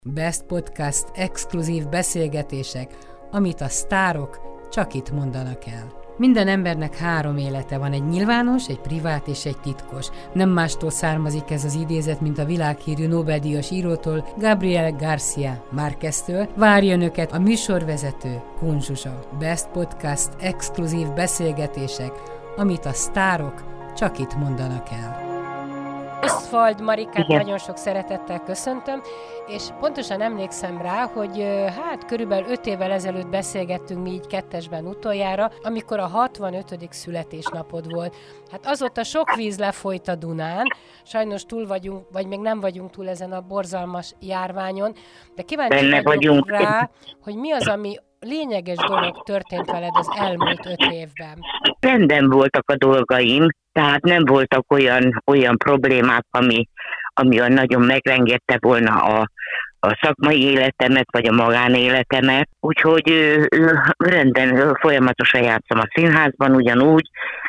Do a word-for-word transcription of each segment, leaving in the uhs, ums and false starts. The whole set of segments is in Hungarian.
Best Podcast exkluzív beszélgetések, amit a sztárok csak itt mondanak el. Minden embernek három élete van, egy nyilvános, egy privát és egy titkos. Nem mástól származik ez az idézet, mint a világhírű Nobel-díjas írótól, Gabriel García Márqueztől. Várja önöket a műsorvezető, Kun Zsuzsa. Best Podcast exkluzív beszélgetések, amit a sztárok csak itt mondanak el. Ostwald Marikát Igen. nagyon sok szeretettel köszöntöm, és pontosan emlékszem rá, hogy hát körülbelül öt évvel ezelőtt beszélgettünk mi így kettesben utoljára, amikor a hatvanötödik születésnapod volt. Hát azóta sok víz lefolyt a Dunán, sajnos túl vagyunk, vagy még nem vagyunk túl ezen a borzalmas járványon, de kíváncsi vagyok vagyunk. rá, hogy mi az, ami lényeges dolog történt veled az elmúlt öt évben. Rendben voltak a dolgaim, tehát nem voltak olyan, olyan problémák, ami, ami olyan nagyon megrengette volna a, a szakmai életemet, vagy a magánéletemet. Úgyhogy ö, ö, rendben folyamatosan játszom a színházban, ugyanúgy,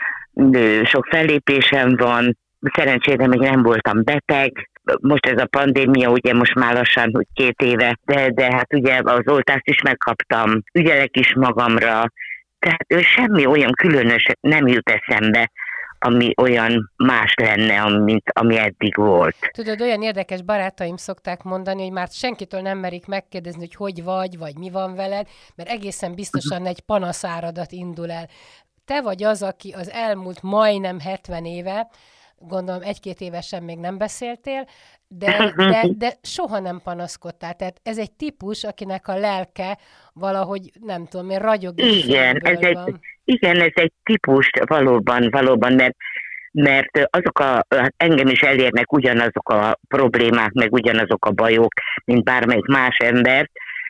ö, sok fellépésem van, szerencsére még nem voltam beteg. Most ez a pandémia, ugye most már lassan, hogy két éve, de, de hát ugye az oltást is megkaptam, ügyelek is magamra, tehát semmi olyan különös nem jut eszembe, ami olyan más lenne, mint ami eddig volt. Tudod, olyan érdekes barátaim szokták mondani, hogy már senkitől nem merik megkérdezni, hogy hogy vagy, vagy mi van veled, mert egészen biztosan egy panaszáradat indul el. Te vagy az, aki az elmúlt majdnem hetven éve, gondolom egy-két évesen még nem beszéltél, de, de, de soha nem panaszkodtál. Tehát ez egy típus, akinek a lelke valahogy, nem tudom, én ragyog. Igen, ez egy, igen, ez egy típus valóban, valóban, mert, mert azok a, hát engem is elérnek ugyanazok a problémák, meg ugyanazok a bajok, mint bármelyik más ember,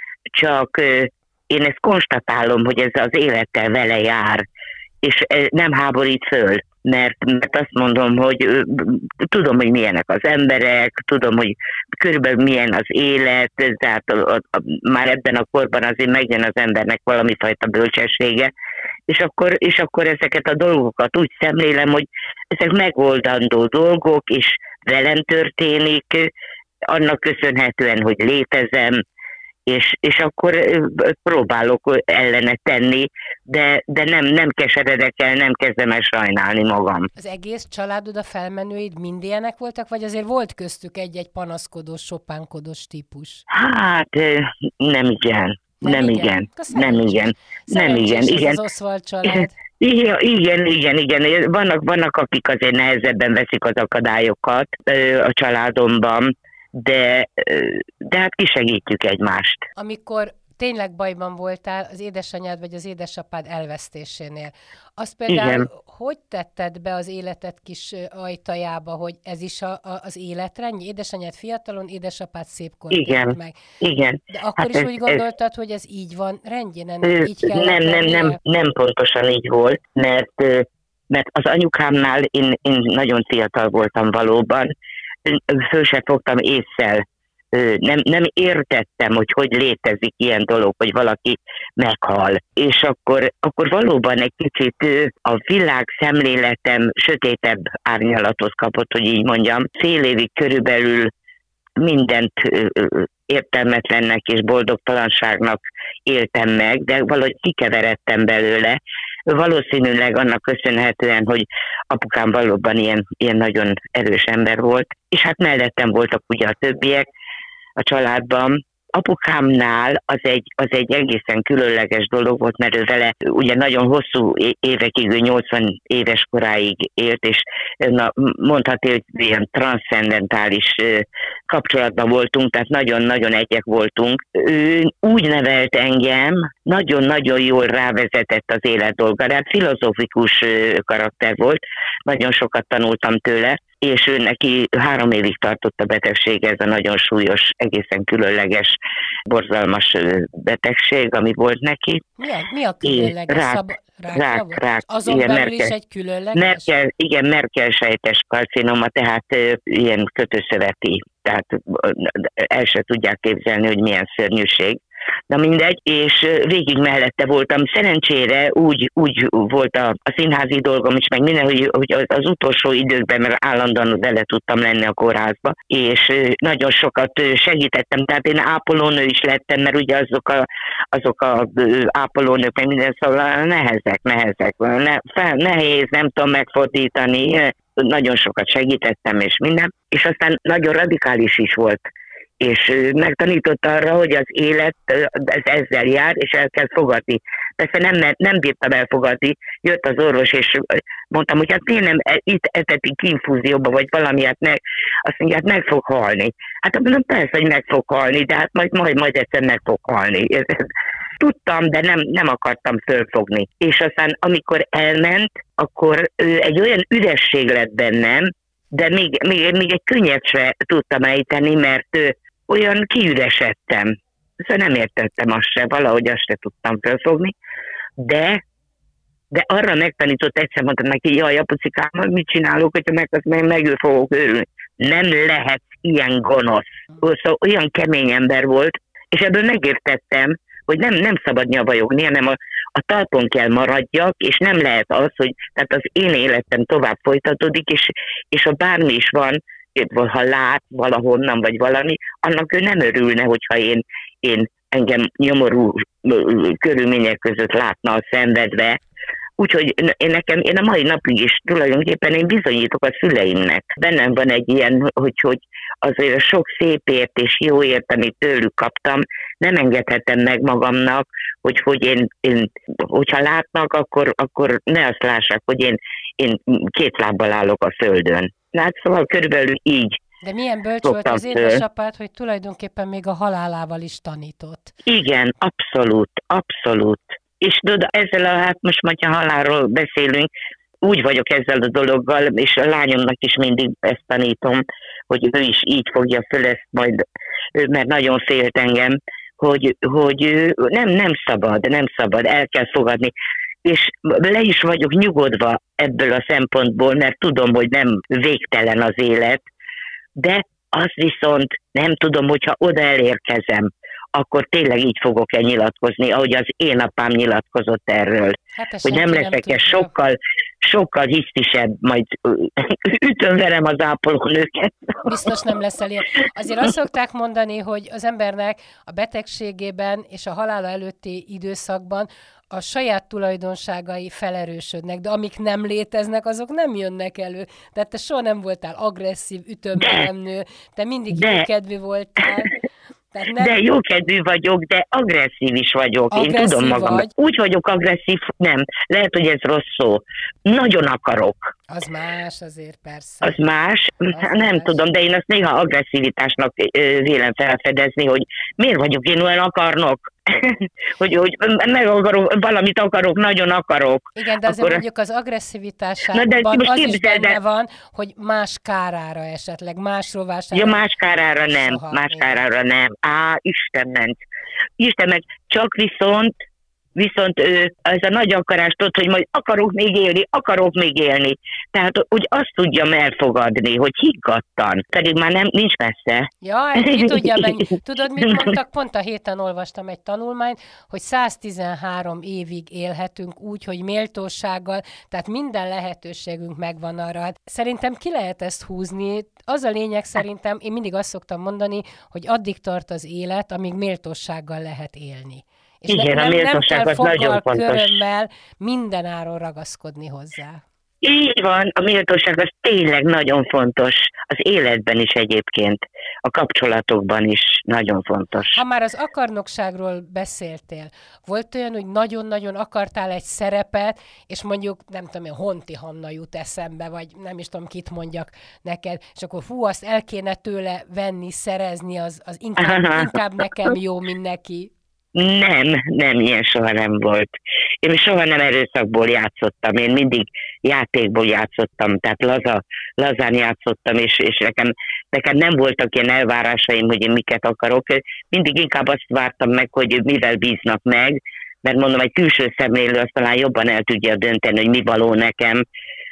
csak én ezt konstatálom, hogy ez az élettel vele jár, és nem háborít föl. Mert, mert azt mondom, hogy ö, tudom, hogy milyenek az emberek, tudom, hogy körülbelül milyen az élet, tehát a, a, a, már ebben a korban azért megjön az embernek valami fajta bölcsessége, és akkor, és akkor ezeket a dolgokat úgy szemlélem, hogy ezek megoldandó dolgok, és velem történik, annak köszönhetően, hogy létezem, És, és akkor próbálok ellene tenni, de, de nem, nem keseredek el, nem kezdem el sajnálni magam. Az egész családod, a felmenőid mind ilyenek voltak, vagy azért volt köztük egy-egy panaszkodós, sopánkodós típus? Hát nem igen, nem, nem igen, igen. nem igen, nem igen. igen. Az Ostwald család. Igen, igen, igen, igen. Vannak, vannak, akik azért nehezebben veszik az akadályokat a családomban, De, de hát kisegítjük egymást. Amikor tényleg bajban voltál az édesanyád vagy az édesapád elvesztésénél, azt például Igen. hogy tetted be az életed kis ajtajába, hogy ez is a, a, az életrendje? Édesanyád fiatalon, édesapád szépkor Igen. meg. Igen. De akkor hát is ez, úgy gondoltad, ez... hogy ez így van rendjén? Ennek így kell nem, nem, nem, nem pontosan így volt, mert, mert az anyukámnál én, én nagyon fiatal voltam valóban, föl sem fogtam ésszel, nem, nem értettem, hogy hogy létezik ilyen dolog, hogy valaki meghal. És akkor, akkor valóban egy kicsit a világ szemléletem sötétebb árnyalatot kapott, hogy így mondjam. Fél évig körülbelül mindent értelmetlennek és boldogtalanságnak éltem meg, de valahogy kikeveredtem belőle. Valószínűleg annak köszönhetően, hogy apukám valóban ilyen, ilyen nagyon erős ember volt, és hát mellettem voltak ugye a többiek a családban. Apukámnál az egy, az egy egészen különleges dolog volt, mert ő vele ugye nagyon hosszú évekig, ő nyolcvan éves koráig élt, és na, mondhatni, hogy ilyen transzcendentális kapcsolatban voltunk, tehát nagyon-nagyon egyek voltunk. Ő úgy nevelt engem, nagyon-nagyon jól rávezetett az élet dolgára, hát filozófikus karakter volt, nagyon sokat tanultam tőle, és ő neki három évig tartott a betegség, ez a nagyon súlyos, egészen különleges, borzalmas betegség, ami volt neki. Mi a, mi a különleges? Rák, Szab... rák, rák. Azon igen, belül Merkel, is egy különleges? Merkel, igen, Merkel-sejtes karcinoma, tehát uh, ilyen kötőszöveti, tehát uh, el se tudják képzelni, hogy milyen szörnyűség. Na mindegy, és végig mellette voltam. Szerencsére úgy, úgy volt a, a színházi dolgom is, meg minden, hogy, hogy az utolsó időkben, mert állandóan vele tudtam lenni a kórházba, és nagyon sokat segítettem. Tehát én ápolónő is lettem, mert ugye azok a, azok a ápolónők, meg minden, szóval nehezek, nehezek. Ne, fel, nehéz, nem tudom megfordítani. Nagyon sokat segítettem, és minden. És aztán nagyon radikális is volt. És megtanította arra, hogy az élet ez ezzel jár, és el kell fogadni. Persze nem, nem bírtam elfogadni, jött az orvos, és mondtam, hogy hát miért nem itt etetik infúzióba, vagy valami, hát meg, azt mondja, hát meg fog halni. Hát mondom, persze, hogy meg fog halni, de hát majd, majd, majd egyszer meg fog halni. Tudtam, de nem, nem akartam fölfogni. És aztán, amikor elment, akkor egy olyan üresség lett bennem, de még, még, még egy könnyet se tudtam ejteni, mert olyan kiüresedtem. Szóval nem értettem azt se, valahogy azt se tudtam fölfogni, de, de arra megtanított, egyszer mondtam neki, jaj, apucikám, mit csinálok, hogyha meg, az meg, meg fogok őrülni. Nem lehet ilyen gonosz. Szóval olyan kemény ember volt, és ebből megértettem, hogy nem, nem szabad nyavajogni, hanem a, a talpon kell maradjak, és nem lehet az, hogy tehát az én életem tovább folytatódik, és, és ha bármi is van, ha lát valahonnan, vagy valami, annak ő nem örülne, hogyha én, én engem nyomorú körülmények között látna a szenvedve. Úgyhogy én nekem, én a mai napig is tulajdonképpen én bizonyítok a szüleimnek. Bennem van egy ilyen, hogy, hogy azért a sok szépért és jóért, amit tőlük kaptam, nem engedhetem meg magamnak, hogy, hogy én, én, hogyha látnak, akkor, akkor ne azt lássák, hogy én, én két lábbal állok a földön. Hát szóval körülbelül így. De milyen bölcs volt az édesapád, hogy tulajdonképpen még a halálával is tanított. Igen, abszolút, abszolút. És tudod, ezzel a, hát most majd a halálról beszélünk, úgy vagyok ezzel a dologgal, és a lányomnak is mindig ezt tanítom, hogy ő is így fogja föl ezt majd, mert nagyon félt engem, hogy, hogy nem, nem szabad, nem szabad, el kell fogadni. És le is vagyok nyugodva ebből a szempontból, mert tudom, hogy nem végtelen az élet, de azt viszont nem tudom, hogyha oda elérkezem, akkor tényleg így fogok-e nyilatkozni, ahogy az én apám nyilatkozott erről. Hát hogy nem leszek-e sokkal, sokkal hisztisebb, majd ütöm verem az ápolónőket. Biztos nem leszel ilyen. Azért azt szokták mondani, hogy az embernek a betegségében és a halála előtti időszakban a saját tulajdonságai felerősödnek, de amik nem léteznek, azok nem jönnek elő. Tehát te soha nem voltál agresszív, ütömveremnő, te mindig jókedvű voltál. Nem... De jókedvű vagyok, de agresszív is vagyok. Agresszív Én tudom magam. Vagy. Úgy vagyok agresszív, nem. Lehet, hogy ez rossz szó. Nagyon akarok. Az más azért, persze. Az más? Az nem más. Tudom, de én azt néha agresszivitásnak vélem felfedezni, hogy miért vagyok én olyan akarnok? hogy, hogy meg akarok, valamit akarok, nagyon akarok. Igen, de azért akkor... mondjuk az agresszivitásában az is benne van, hogy más kárára esetleg, más rovására. Ja, más kárára nem, soha, más kárára nem. Á, Isten ment. Isten ment. Csak viszont Viszont ő, ez a nagy akarást ott, hogy majd akarok még élni, akarok még élni. Tehát úgy azt tudjam elfogadni, hogy higgadtan, pedig már nem, nincs messze. Jaj, ki tudja mennyi. Tudod, mit mondtak? Pont a héten olvastam egy tanulmányt, hogy száztizenhárom évig élhetünk úgy, hogy méltósággal, tehát minden lehetőségünk megvan arra. Szerintem ki lehet ezt húzni. Az a lényeg szerintem, én mindig azt szoktam mondani, hogy addig tart az élet, amíg méltósággal lehet élni. És igen, nem, a méltóság az nagyon fontos. Körömmel minden áron ragaszkodni hozzá. Így van, a méltóság az tényleg nagyon fontos. Az életben is egyébként, a kapcsolatokban is nagyon fontos. Ha már az akarnokságról beszéltél, volt olyan, hogy nagyon-nagyon akartál egy szerepet, és mondjuk, nem tudom, Honti Hanna jut eszembe, vagy nem is tudom, kit mondjak neked, és akkor hú, azt el kéne tőle venni, szerezni, az, az inkább, inkább nekem jó, mint neki. Nem, nem, ilyen soha nem volt. Én soha nem erőszakból játszottam, én mindig játékból játszottam, tehát laza, lazán játszottam, és, és nekem, nekem nem voltak ilyen elvárásaim, hogy én miket akarok. Mindig inkább azt vártam meg, hogy mivel bíznak meg, mert mondom, egy külső szemlélő azt talán jobban el tudja dönteni, hogy mi való nekem.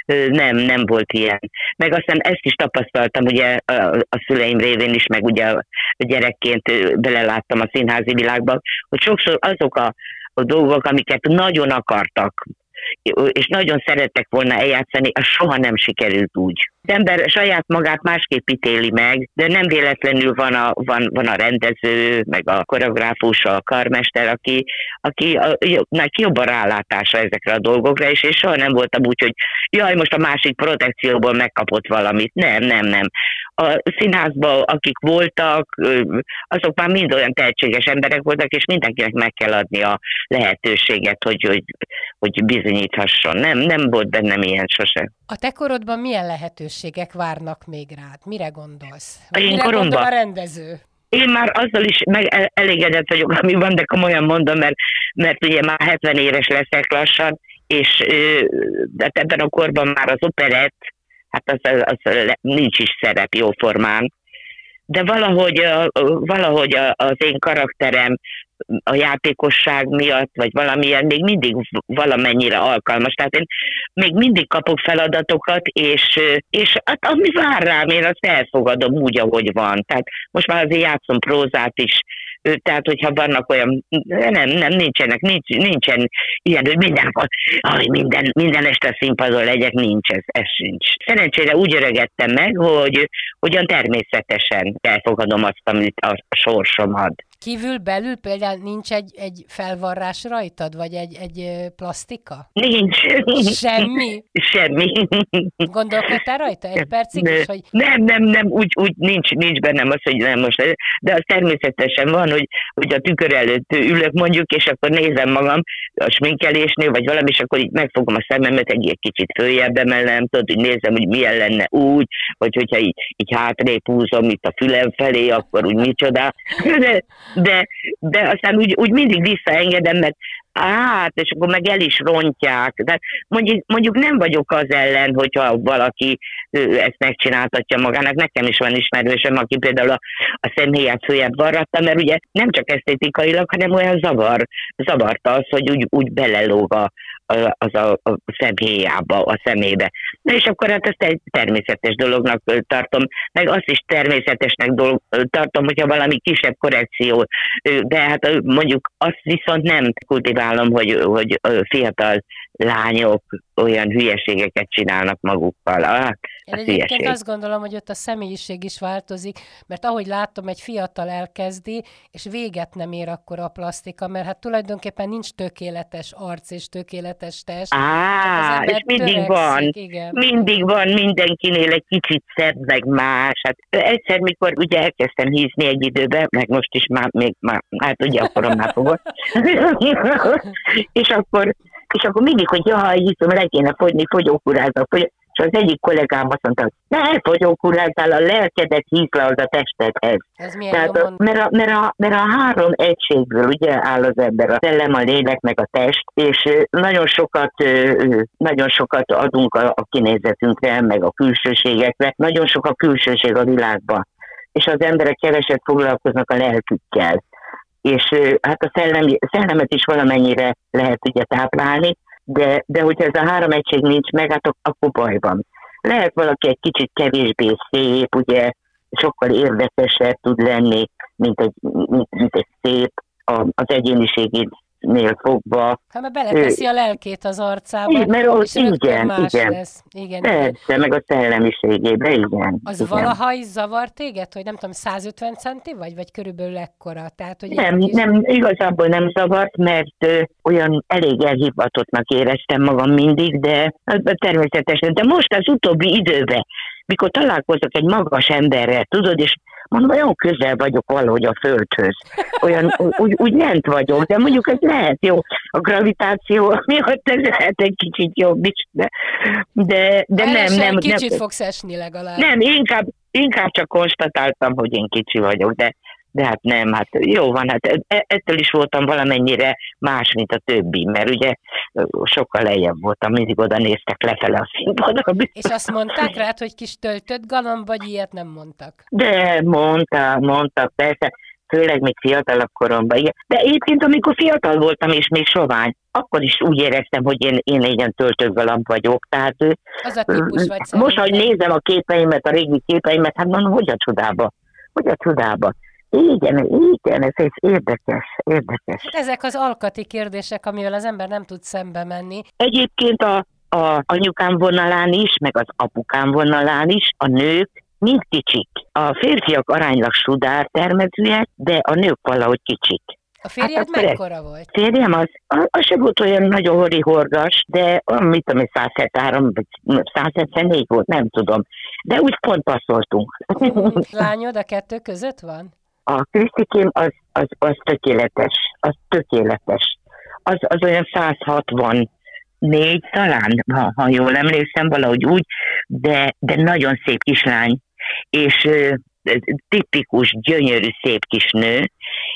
nem, nem volt ilyen. Meg aztán ezt is tapasztaltam ugye a, a szüleim révén is, meg ugye a gyerekként beleláttam a színházi világba, hogy sokszor azok a, a dolgok, amiket nagyon akartak, és nagyon szerettek volna eljátszani, az soha nem sikerült úgy. Az ember saját magát másképp ítéli meg, de nem véletlenül van a, van, van a rendező, meg a koreográfus, a karmester, aki, aki a, neki jobb a rálátása ezekre a dolgokra, és, és soha nem voltam úgy, hogy jaj, most a másik protekcióból megkapott valamit. Nem, nem, nem. A színházban, akik voltak, azok már mind olyan tehetséges emberek voltak, és mindenkinek meg kell adni a lehetőséget, hogy, hogy, hogy bizonyíthasson. Nem, nem volt bennem ilyen sose. A te korodban milyen lehetőségek várnak még rád? Mire gondolsz? Én mire koromban? gondol a rendező? Én már azzal is meg elégedett vagyok, ami van, de komolyan mondom, mert, mert ugye már hetven éves leszek lassan, és de ebben a korban már az operett, hát az, az nincs is szerep jóformán. De valahogy, valahogy az én karakterem a játékosság miatt, vagy valamilyen még mindig valamennyire alkalmas. Tehát én még mindig kapok feladatokat, és, és hát, ami vár rám, én azt elfogadom úgy, ahogy van. Tehát most már azért játszom prózát is, tehát hogyha vannak olyan, nem, nem, nincsenek, nincs, nincsen ilyen, hogy minden, hogy minden, minden este a színpadon legyek, nincs, ez, ez sincs. Szerencsére úgy öregettem meg, hogy ugyan természetesen elfogadom azt, amit a sorsom ad. Kívül belül például nincs egy, egy felvarrás rajtad, vagy egy, egy plastika? Nincs. Semmi? Semmi. Gondolkodtál rajta egy percig ne, is, hogy... Nem, nem, nem, úgy, úgy nincs, nincs bennem az, hogy nem most. De az természetesen van, hogy, hogy a tükör előtt ülök mondjuk, és akkor nézem magam a sminkelésnél, vagy valami, és akkor így megfogom a szememet, egy kicsit följebb emelem, tudod, hogy nézem, hogy milyen lenne úgy, vagy hogyha így, így hátrébb húzom itt a fülem felé, akkor úgy micsoda. De, de, de aztán úgy, úgy mindig visszaengedem, mert hát, és akkor meg el is rontják. De mondjuk, mondjuk nem vagyok az ellen, hogyha valaki ezt megcsináltatja magának. Nekem is van ismerősöm, aki például a, a szemhéját följebb varratta, mert ugye nem csak esztétikailag, hanem olyan zavar, zavarta az, hogy úgy, úgy belelóg a, az a, a szemhéjába, a szemébe. Na és akkor hát ezt egy természetes dolognak tartom, meg azt is természetesnek dolog, tartom, hogyha valami kisebb korrekció, de hát mondjuk azt viszont nem kultiválom, hogy, hogy fiatal lányok olyan hülyeségeket csinálnak magukkal. Ah, Én egyébként hülyeség. Azt gondolom, hogy ott a személyiség is változik, mert ahogy látom, egy fiatal elkezdi, és véget nem ér akkor a plasztika, mert hát tulajdonképpen nincs tökéletes arc és tökéletes test. Á, és mindig törekszik, van. Igen. Mindig van mindenkinél egy kicsit szebb, meg más. Hát egyszer, mikor ugye elkezdtem hízni egy időben, meg most is már, még már, hát ugye akkor már fogott. és akkor és akkor mindig, hogy jaj, hiszem, le kéne fogyni, fogyókúráznak, fogy... és az egyik kollégám azt mondta, hogy ne fogyókúrázzál, a lelkedet híz le az a testedhez. Ez milyen Tehát, a, mert, a, mert, a, mert a három egységből ugye áll az ember, a szellem, a lélek, meg a test, és nagyon sokat, nagyon sokat adunk a, a kinézetünkre, meg a külsőségekre, nagyon sok a külsőség a világban, és az emberek keveset foglalkoznak a lelkükkel. És hát a szellem, szellemet is valamennyire lehet ugye táplálni, de, de hogyha ez a három egység nincs meg, hát akkor baj van. Lehet valaki egy kicsit kevésbé szép, ugye sokkal érdekesebb tud lenni, mint egy, mint, mint egy szép az egyéniségénél fogva. Hát mert beleteszi a lelkét az arcába, így, mert ott, és igen, más igen. lesz. Igen, persze, igen. meg a szellemiségébe, igen. Az igen. valaha is zavar téged, hogy nem tudom, százötven centi vagy, vagy körülbelül ekkora? Tehát, hogy nem, kis... nem, igazából nem zavart, mert ö, olyan elég elhivatottnak éreztem magam mindig, de természetesen. De most az utóbbi időben, mikor találkozok egy magas emberrel, tudod, és mondom, olyan közel vagyok valahogy a földhöz. Olyan, úgy, úgy lent vagyok, de mondjuk ez lehet jó. A gravitáció miatt ez lehet egy kicsit jobb is, de, de, de nem, nem. Kicsit nem, fogsz esni legalább. Nem, inkább, inkább csak konstatáltam, hogy én kicsi vagyok, de De hát nem, hát jó van, hát ettől is voltam valamennyire más, mint a többi, mert ugye sokkal lejjebb voltam, mindig oda néztek lefele a színpadra. És azt mondták rád, hogy kis töltött galamb, vagy ilyet nem mondtak? De mondta, mondta, persze, főleg még fiatalabb koromban, igen. De egyébként, amikor fiatal voltam, és még sovány, akkor is úgy éreztem, hogy én, én egy ilyen töltőgalamb vagyok. Tehát az a típus vagy most, ahogy nézem a képeimet, a régi képeimet, hát mondom, hogy a csodába? Hogy a csodába? Igen, igen, ez, ez érdekes, érdekes. Hát ezek az alkati kérdések, amivel az ember nem tud szembe menni. Egyébként a, a anyukám vonalán is, meg az apukám vonalán is, a nők mind kicsik. A férfiak aránylag sudártermezőek, de a nők valahogy kicsik. A férjed hát mekkora volt? Férjem az, az se volt olyan nagyon horihorgas, de mit tudom, száz hetvenhárom vagy száz hetvennégy volt, nem tudom. De úgy pont passzoltunk. Lányod a kettő között van? A Krisztikém az, az, az tökéletes, az tökéletes. Az, az olyan száz hatvannégy talán, ha, ha jól emlékszem, valahogy úgy, de, de nagyon szép kislány, és ö, tipikus, gyönyörű, szép kis nő,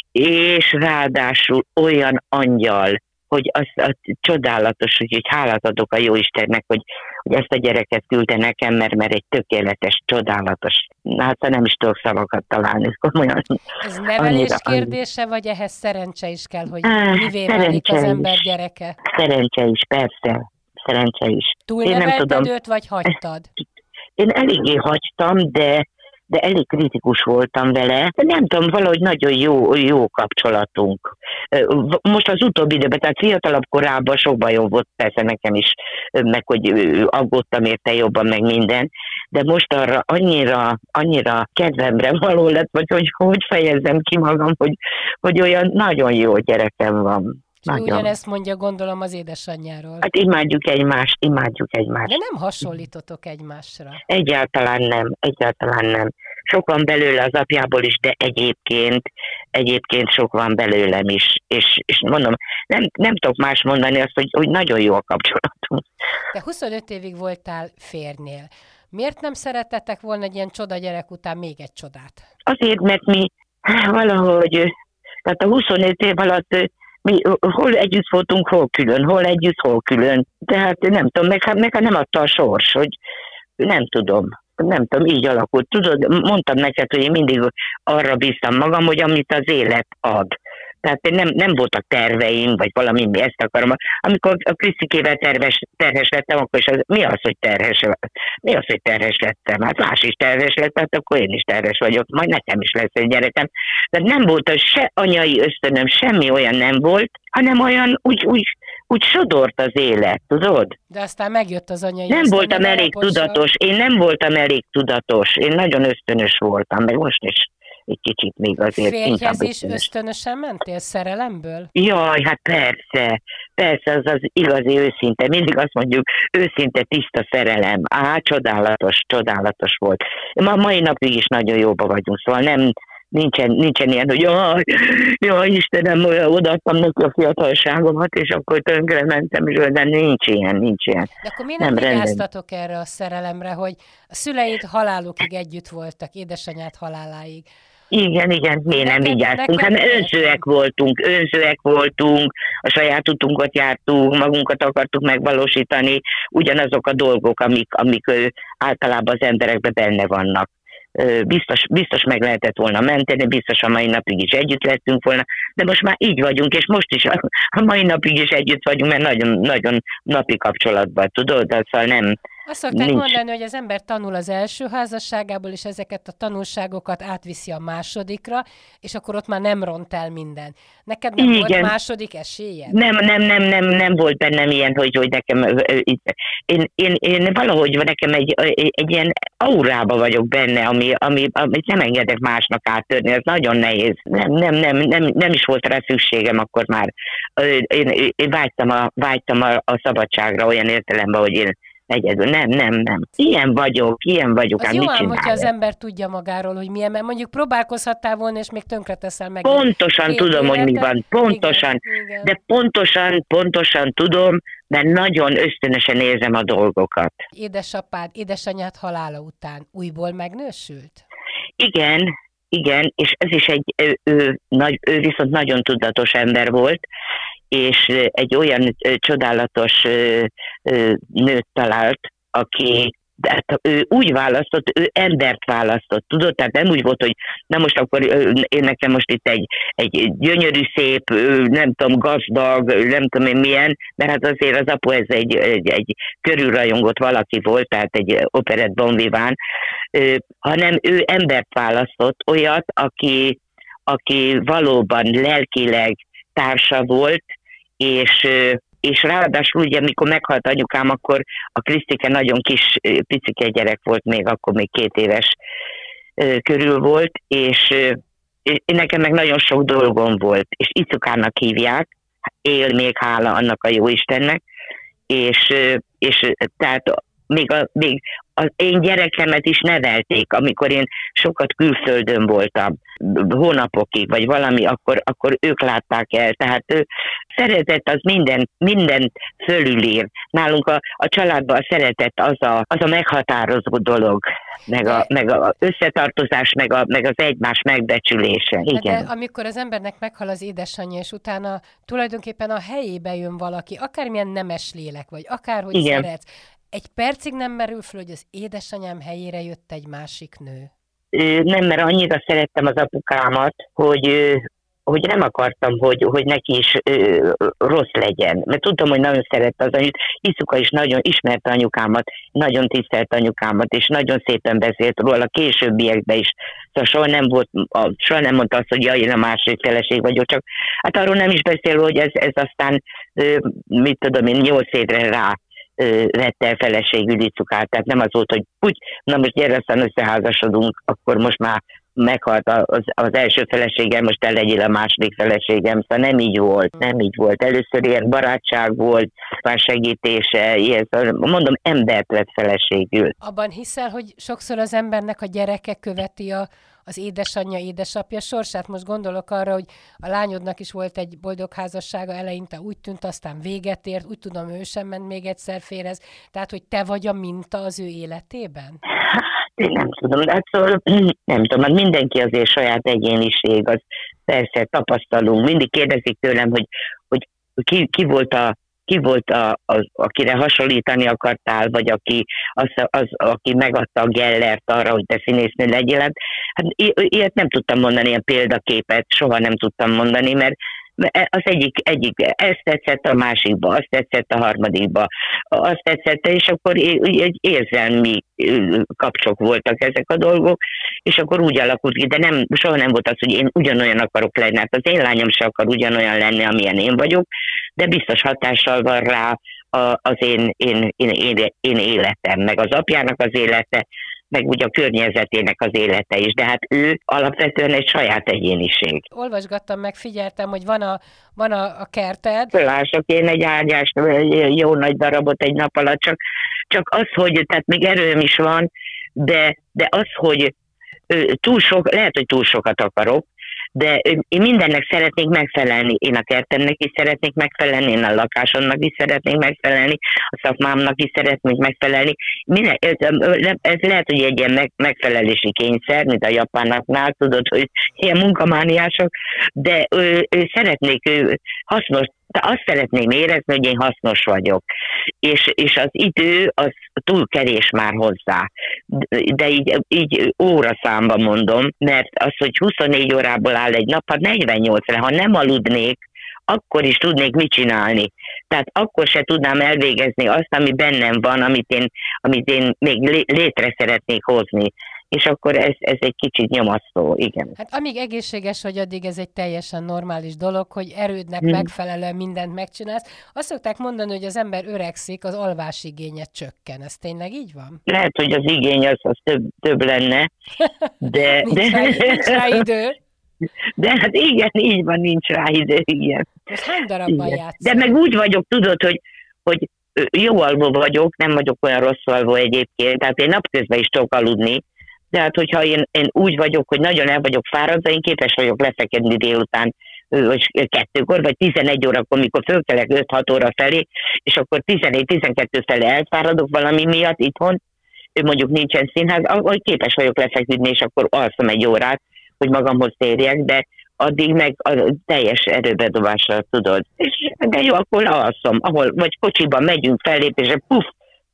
és ráadásul olyan angyal, hogy az, az csodálatos, hogy, hogy hálát adok a Jóistennek, hogy, hogy ezt a gyereket küldte nekem, mert, mert egy tökéletes, csodálatos. Hát nem is tudok szavakat találni, komolyan. Ez nevelés annyira, kérdése, annyira. Vagy ehhez szerencse is kell, hogy mivé válik az ember gyereke? Szerencse is, persze. Szerencse is. Túlnevelted őt, vagy hagytad? Én eléggé hagytam, de de elég kritikus voltam vele. De nem tudom, valahogy nagyon jó, jó kapcsolatunk. Most az utóbbi időben, tehát fiatalabb korában sokban jobb volt, persze nekem is, meg hogy aggódtam érte jobban, meg minden, de most arra annyira, annyira kedvemre való lett, vagy hogy, hogy fejezzem ki magam, hogy, hogy olyan nagyon jó gyerekem van. Ugyanezt mondja, gondolom, az édesanyjáról. Hát imádjuk egymást, imádjuk egymást. De nem hasonlítotok egymásra. Egyáltalán nem, egyáltalán nem. Sok van belőle az apjából is, de egyébként, egyébként sok van belőlem is. És, és mondom, nem, nem tudok más mondani azt, hogy, hogy nagyon jó a kapcsolatunk. Te huszonöt évig voltál férjnél. Miért nem szerettetek volna egy ilyen csoda gyerek után még egy csodát? Azért, mert mi valahogy, tehát a huszonöt év alatt mi hol együtt voltunk, hol külön, hol együtt, hol külön. Tehát nem tudom, meg, meg nem adta a sors, hogy nem tudom, nem tudom, így alakult. Tudod, mondtam neked, hogy én mindig arra bíztam magam, hogy amit az élet ad. Tehát nem, nem voltak terveim, vagy valami, mi ezt akarom. Amikor a Krisztikével terves, terhes lettem, akkor is az, mi az, hogy terhes, mi az, hogy terhes lettem? Hát más is terhes lett, hát akkor én is terhes vagyok, majd nekem is lesz egy gyerekem. Tehát nem volt az se anyai ösztönöm, semmi olyan nem volt, hanem olyan úgy, úgy, úgy sodort az élet, tudod? De aztán megjött az anyai Nem ösztönöm, voltam elég alaposan. tudatos, én nem voltam elég tudatos, én nagyon ösztönös voltam, meg most is. Egy kicsit még azért. Férjhez is ösztönösen mentél szerelemből? Jaj, hát persze, persze, az az igazi őszinte, mindig azt mondjuk, őszinte tiszta szerelem, á, csodálatos, csodálatos volt. Ma mai napig is nagyon jóba vagyunk, szóval nem, nincsen, nincsen ilyen, hogy jaj, jaj, Istenem, odaadtam neki a fiatalságomat, és akkor tönkre mentem, de nincs ilyen, nincs ilyen. De akkor miért nem vigyáztatok erre a szerelemre, hogy a szüleid halálukig együtt voltak, édesanyád haláláig? Igen, igen, mi nem vigyáztunk, hát önzőek voltunk, önzőek voltunk, a saját utunkat jártunk, magunkat akartuk megvalósítani, ugyanazok a dolgok, amik, amik általában az emberekben benne vannak. Biztos, biztos meg lehetett volna menteni, biztos a mai napig is együtt lettünk volna, de most már így vagyunk, és most is a, a mai napig is együtt vagyunk, mert nagyon, nagyon napi kapcsolatban, tudod, szóval nem... Azt szokták nincs. mondani, hogy az ember tanul az első házasságából, és ezeket a tanulságokat átviszi a másodikra, és akkor ott már nem ront el minden. Neked nem Igen. volt második esélyed? Nem, nem, nem, nem, nem volt bennem ilyen, hogy, hogy nekem, én, én, én valahogy nekem egy, egy, egy ilyen aurába vagyok benne, ami, ami, amit nem engedek másnak áttörni, ez nagyon nehéz. Nem, nem, nem, nem, nem is volt rá szükségem akkor már. Én, én vágytam, a, vágytam a, a szabadságra olyan értelemben, hogy én egyedül. Nem, nem, nem. Ilyen vagyok, ilyen vagyok. Az jó ám, hogyha az ember tudja magáról, hogy milyen, mert mondjuk próbálkozhattál volna, és még tönkreteszel meg. Pontosan tudom, életet. Hogy mi van. Pontosan. Igen, igen. De pontosan, pontosan tudom, mert nagyon ösztönösen érzem a dolgokat. Édesapád, édesanyád halála után újból megnősült? Igen, igen, és ez is egy, ő, ő, nagy, ő viszont nagyon tudatos ember volt, és egy olyan ö, csodálatos ö, ö, nőt talált, aki, de hát ő úgy választott, ő embert választott, tudod? Tehát nem úgy volt, hogy na most akkor én nekem most itt egy, egy gyönyörű, szép, nem tudom, gazdag, nem tudom én milyen, mert hát azért az apu ez egy, egy, egy körülrajongott valaki volt, tehát egy operett bon vivant, hanem ő embert választott, olyat, aki, aki valóban lelkileg társa volt, és és ráadásul ugye, amikor meghalt anyukám, akkor a Krisztike nagyon kis, picike gyerek volt még, akkor még két éves körül volt, és, és nekem meg nagyon sok dolgom volt, és Icukának hívják, él még, hála annak a jó Istennek, és, és tehát még, a, még az én gyerekemet is nevelték, amikor én sokat külföldön voltam, hónapokig, vagy valami, akkor, akkor ők látták el. Tehát ő, szeretet az minden, minden fölülír. Nálunk a, a családban a szeretet az a, az a meghatározó dolog, meg a, meg a összetartozás, meg, a, meg az egymás megbecsülése. Igen. De amikor az embernek meghal az édesanyja, és utána tulajdonképpen a helyébe jön valaki, akármilyen nemes lélek vagy, akárhogy Igen. szeretsz, egy percig nem merül föl, hogy az édesanyám helyére jött egy másik nő? Nem, mert annyira szerettem az apukámat, hogy, hogy nem akartam, hogy, hogy neki is rossz legyen. Mert tudtam, hogy nagyon szerette az anyut. Iszuka is nagyon ismerte anyukámat, nagyon tisztelt anyukámat, és nagyon szépen beszélt róla későbbiekben is. Szóval soha nem, volt, soha nem mondta azt, hogy jaj, én a második feleség vagyok, csak hát arról nem is beszél, hogy ez, ez aztán, mit tudom én, nyolc évre rá vette el feleségül Icukát, tehát nem az volt, hogy úgy, na most gyere, aztán összeházasodunk, akkor most már meghalt az, az első feleségem, most te legyél a második feleségem, szóval nem így volt, nem így volt. Először ilyen barátság volt, már segítése, ilyen, mondom, embert vett feleségül. Abban hiszel, hogy sokszor az embernek a gyereke követi a, az édesanyja, édesapja sorsát? Most gondolok arra, hogy a lányodnak is volt egy boldog házassága, eleinte úgy tűnt, aztán véget ért, úgy tudom, ő sem ment még egyszer férhez. Tehát, hogy te vagy a minta az ő életében? Én nem tudom, de hát szóval nem tudom, hát mindenki azért saját egyéniség, az persze tapasztalunk. Mindig kérdezik tőlem, hogy, hogy ki, ki volt a ki volt, a, az, akire hasonlítani akartál, vagy aki, az, az, aki megadta a Gellert arra, hogy te színésznő legyél. Hát ilyet nem tudtam mondani, ilyen példaképet soha nem tudtam mondani, mert az egyik, egyik ezt tetszett, a másikba, azt tetszett, a harmadikba, azt tetszett, és akkor egy érzelmi kapcsok voltak ezek a dolgok, és akkor úgy alakult ki, de nem, soha nem volt az, hogy én ugyanolyan akarok lenni, hát az én lányom se akar ugyanolyan lenni, amilyen én vagyok, de biztos hatással van rá az én, én, én, én, én életem, meg az apjának az élete, meg ugye a környezetének az élete is, de hát ő alapvetően egy saját egyéniség. Olvasgattam, meg figyeltem, hogy van a, van a, a kerted. Fölások én egy ágyást, jó nagy darabot egy nap alatt, csak, csak az, hogy, tehát még erőm is van, de, de az, hogy túl sok, lehet, hogy túl sokat akarok, de én mindennek szeretnék megfelelni. Én a kertemnek is szeretnék megfelelni, én a lakásomnak is szeretnék megfelelni, a szakmámnak is szeretnék megfelelni. Minden, ez, ez lehet, hogy egy ilyen megfelelési kényszer, mint a japánoknál, tudod, hogy ilyen munkamániások, de ő, ő szeretnék ő, hasznos, de azt szeretném érezni, hogy én hasznos vagyok. És, és az idő az túl kevés már hozzá. De így, így óraszámba mondom, mert az, hogy huszonnégy órából áll egy nap, ha negyvennyolcra, ha nem aludnék, akkor is tudnék mit csinálni. Tehát akkor se tudnám elvégezni azt, ami bennem van, amit én, amit én még létre szeretnék hozni. És akkor ez, ez egy kicsit nyomasztó, igen. Hát amíg egészséges vagy, addig ez egy teljesen normális dolog, hogy erődnek hmm. megfelelően mindent megcsinálsz. Azt szokták mondani, hogy az ember öregszik, az alvásigénye csökken. Ez tényleg így van? Lehet, hogy az igény az, az több, több lenne, de... nincs, de... rá, nincs rá idő. De hát igen, így van, nincs rá idő, igen. Most hány darabban játszol? De meg úgy vagyok, tudod, hogy, hogy jó alvó vagyok, nem vagyok olyan rossz alvó egyébként, tehát én napközben is tudok aludni, de hát hogyha én, én úgy vagyok, hogy nagyon el vagyok fáradva, én képes vagyok lefeküdni délután, vagy kettőkor, vagy tizenegy órakor, mikor fölkelek öt-hat óra felé, és akkor tizenegy-tizenkettő felé elfáradok valami miatt itthon, mondjuk nincsen színház, ahogy képes vagyok lefeküdni, és akkor alszom egy órát, hogy magamhoz térjek, de addig meg a teljes erőbedobásra tudod. És de jó, akkor alszom, ahol, vagy kocsiban megyünk fellépésre, puff,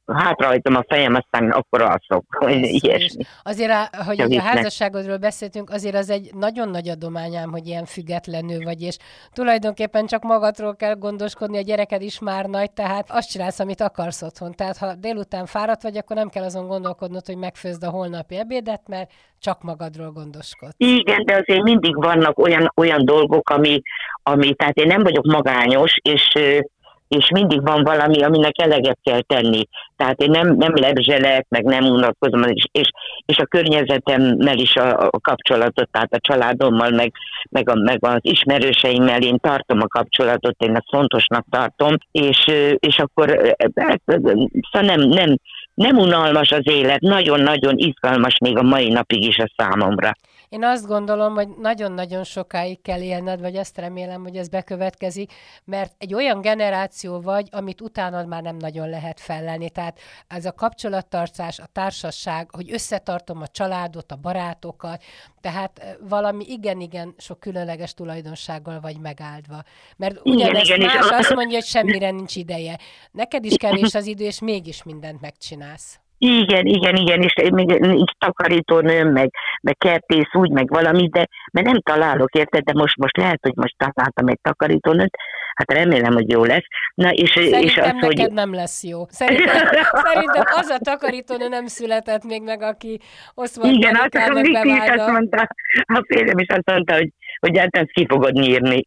hátrahajtom a fejem, aztán akkor alszok. Ilyesmi. Azért, hogy a házasságodról beszéltünk, azért az egy nagyon nagy adományám, hogy ilyen független nő vagy, és tulajdonképpen csak magadról kell gondoskodni, a gyereked is már nagy, tehát azt csinálsz, amit akarsz otthon. Tehát ha délután fáradt vagy, akkor nem kell azon gondolkodnod, hogy megfőzd a holnapi ebédet, mert csak magadról gondoskodsz. Igen, de azért mindig vannak olyan, olyan dolgok, ami, ami, tehát én nem vagyok magányos, és és mindig van valami, aminek eleget kell tenni. Tehát én nem, nem lebzselek, meg nem unatkozom, és, és, és a környezetemmel is a, a kapcsolatot, tehát a családommal, meg, meg, a, meg az ismerőseimmel én tartom a kapcsolatot, én ezt fontosnak tartom, és, és akkor szóval nem, nem, nem unalmas az élet, nagyon-nagyon izgalmas még a mai napig is a számomra. Én azt gondolom, hogy nagyon-nagyon sokáig kell élned, vagy azt remélem, hogy ez bekövetkezik, mert egy olyan generáció vagy, amit utánad már nem nagyon lehet fellelni. Tehát ez a kapcsolattartás, a társaság, hogy összetartom a családot, a barátokat, tehát valami igen-igen sok különleges tulajdonsággal vagy megáldva. Mert ugyanezt más azt mondja, hogy semmire nincs ideje. Neked is kevés az idő, és mégis mindent megcsinálsz. Igen, igen, igen, és még nincs takarítónőm, meg, meg kertész úgy, meg valami, de mert nem találok, érted, de most, most lehet, hogy most találtam egy takarítónőt, hát remélem, hogy jó lesz. Na, és, szerintem és az, neked hogy... nem lesz jó. Szerintem, szerintem az a takarítónő nem született még meg, aki Oszmant igen, azt, is azt mondta, a férjem is azt mondta, hogy hogy hát ezt ki fogod nyírni.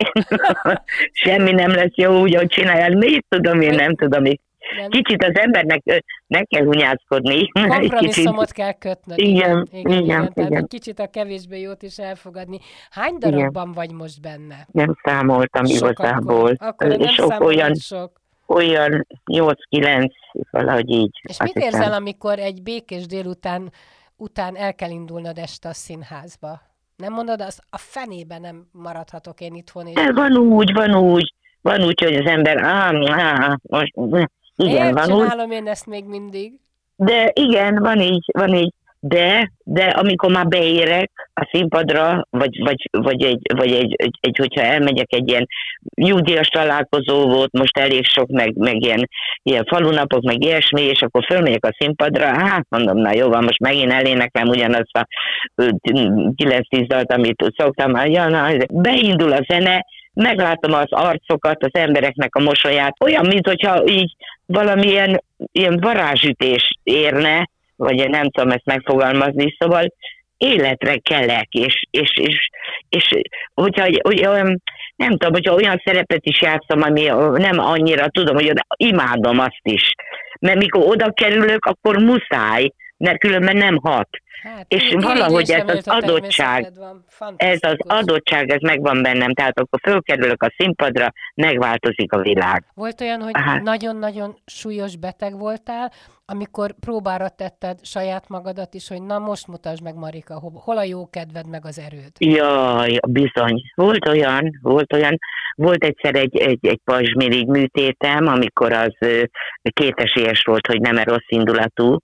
Semmi nem lesz jó, úgy, ahogy csináljál. Mit tudom én, nem tudom én. Nem. Kicsit az embernek meg kell hunyászkodni. Kompromisszumot kell kötnöd. Igen, igen, igen. igen. Tehát egy kicsit a kevésbé jót is elfogadni. Hány darabban igen. vagy most benne? Nem számoltam sok igazából. Akkor, akkor nem sok olyan, sok. Olyan nyolc-kilenc, valahogy így. És mit érzel, hiszem. amikor egy békés délután után el kell indulnod este a színházba? Nem mondod azt, a fenében nem maradhatok én itthon. És... Van úgy, van úgy. Van úgy, hogy az ember, áh, áh, most, igen, Miért van csinálom úgy. én ezt még mindig? De igen, van így, van így. De, de amikor már beérek a színpadra, vagy, vagy, vagy, egy, vagy egy, egy, egy, hogyha elmegyek egy ilyen nyugdíjas találkozó volt, most elég sok, meg, meg ilyen, ilyen falunapok, meg ilyesmi, és akkor fölmegyek a színpadra, hát mondom, na jó van, most megint eléneklem ugyanazt a kilenc-tíz dalt, amit szoktam, ja, na, beindul a zene, meglátom az arcokat, az embereknek a mosolyát, olyan, mintha így valamilyen ilyen varázsütés érne, vagy én nem tudom ezt megfogalmazni, szóval életre kelek, és, és, és, és hogyha olyan, nem tudom, hogyha olyan szerepet is játszom, ami nem annyira tudom, hogy imádom azt is, mert mikor oda kerülök, akkor muszáj, mert különben nem hat. Hát, és így, valahogy ez az adottság, ez az adottság, ez megvan bennem, tehát akkor fölkerülök a színpadra, megváltozik a világ. Volt olyan, hogy hát. nagyon-nagyon súlyos beteg voltál, amikor próbára tetted saját magadat is, hogy na most mutasd meg, Marika, hol a jó kedved meg az erőd? Jaj, bizony. Volt olyan, volt olyan, volt egyszer egy, egy, egy pajzsmirigy műtétem, amikor az kétesélyes volt, hogy nem rossz indulatú,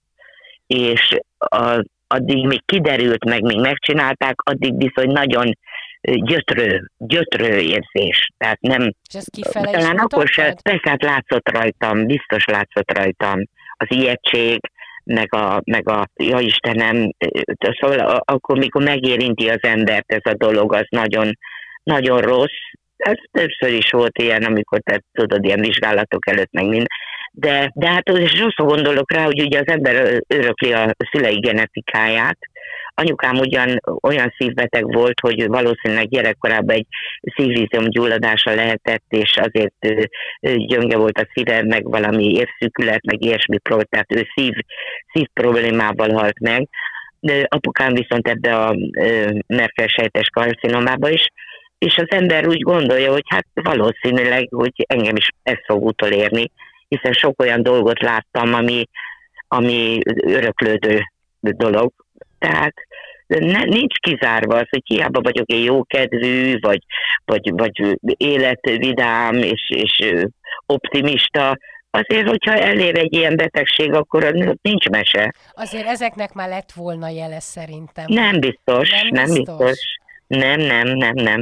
és a addig még kiderült, meg még megcsinálták, addig viszont nagyon gyötrő, gyötrő érzés. Tehát nem, talán akkor se, persze hát látszott rajtam, biztos látszott rajtam az ijegység, meg a, meg a ja Istenem, szóval akkor, mikor megérinti az embert ez a dolog, az nagyon, nagyon rossz. Ez többször is volt ilyen, amikor te tudod, ilyen vizsgálatok előtt meg minden. De, de hát sokszor gondolok rá, hogy ugye az ember örökli a szülei genetikáját. Anyukám ugyan olyan szívbeteg volt, hogy valószínűleg gyerekkorában egy szívizomgyulladása lehetett, és azért gyönge volt a szíve, meg valami érszűkület, meg ilyesmi problémát, tehát ő szív, szív problémával halt meg. De apukám viszont ebbe a Merkel-sejtes karcinomába is, és az ember úgy gondolja, hogy hát valószínűleg, hogy engem is ez fog utolérni, hiszen sok olyan dolgot láttam, ami, ami öröklődő dolog. Tehát ne, nincs kizárva az, hogy hiába vagyok én jókedvű, vagy, vagy, vagy életvidám és, és optimista, azért, hogyha elér egy ilyen betegség, akkor nincs mese. Azért ezeknek már lett volna jele szerintem. Nem biztos, nem, nem biztos. biztos. Nem, nem, nem, nem.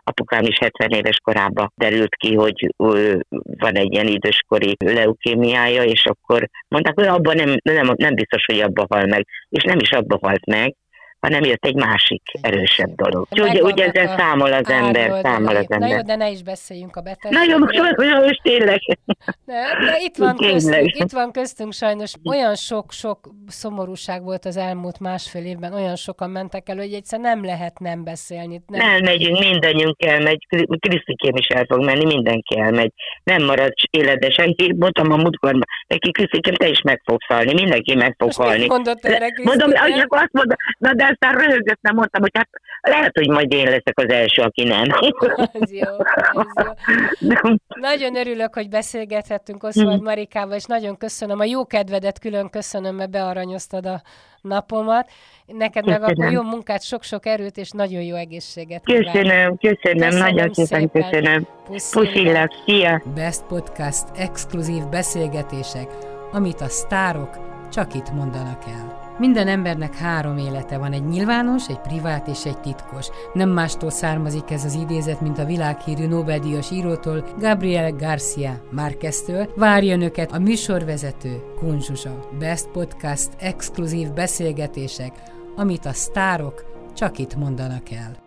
apukám is hetven éves korában derült ki, hogy van egy ilyen időskori leukémiája, és akkor mondták, hogy abban nem, nem, nem biztos, hogy abba hal meg. És nem is abba halt meg, hanem jött egy másik erősebb dolog. Úgyhogy ugye ezzel számol az ember, számol az ember. Na jó, de ne is beszéljünk a betegségről. Na jó, jó, most tényleg. De, de itt, van köztünk, itt van köztünk sajnos olyan sok-sok szomorúság volt az elmúlt másfél évben, olyan sokan mentek el, hogy egyszer nem lehet nem beszélni. Nem. Elmegyünk, mindannyiunk elmegy, Krisztikém is el fog menni, mindenki elmegy. Nem marad életben senki, mondtam a múltkor, neki Krisztikém, te is meg fogsz halni, mindenki meg fog most halni. Mondott erre, mondom, azt mondom, na de aztán röhögöttem, mondtam, hogy hát lehet, hogy majd én leszek az első, aki nem. Ez jó, ez jó. Nagyon örülök, hogy beszélgethettünk Oswald Marikával, és nagyon köszönöm a jó kedvedet, külön köszönöm, mert bearanyoztad a napomat. Neked meg akkor jó munkát, sok-sok erőt, és nagyon jó egészséget kívánok. Köszönöm, köszönöm, köszönöm nagyon szépen köszönöm. Puszillak, szia! Best Podcast exkluzív beszélgetések, amit a sztárok csak itt mondanak el. Minden embernek három élete van, egy nyilvános, egy privát és egy titkos. Nem mástól származik ez az idézet, mint a világhírű Nobel-díjas írótól, Gabriel García Márqueztől. Várja önöket a műsorvezető, Kun Zsuzsa. Best Podcast exkluzív beszélgetések, amit a sztárok csak itt mondanak el.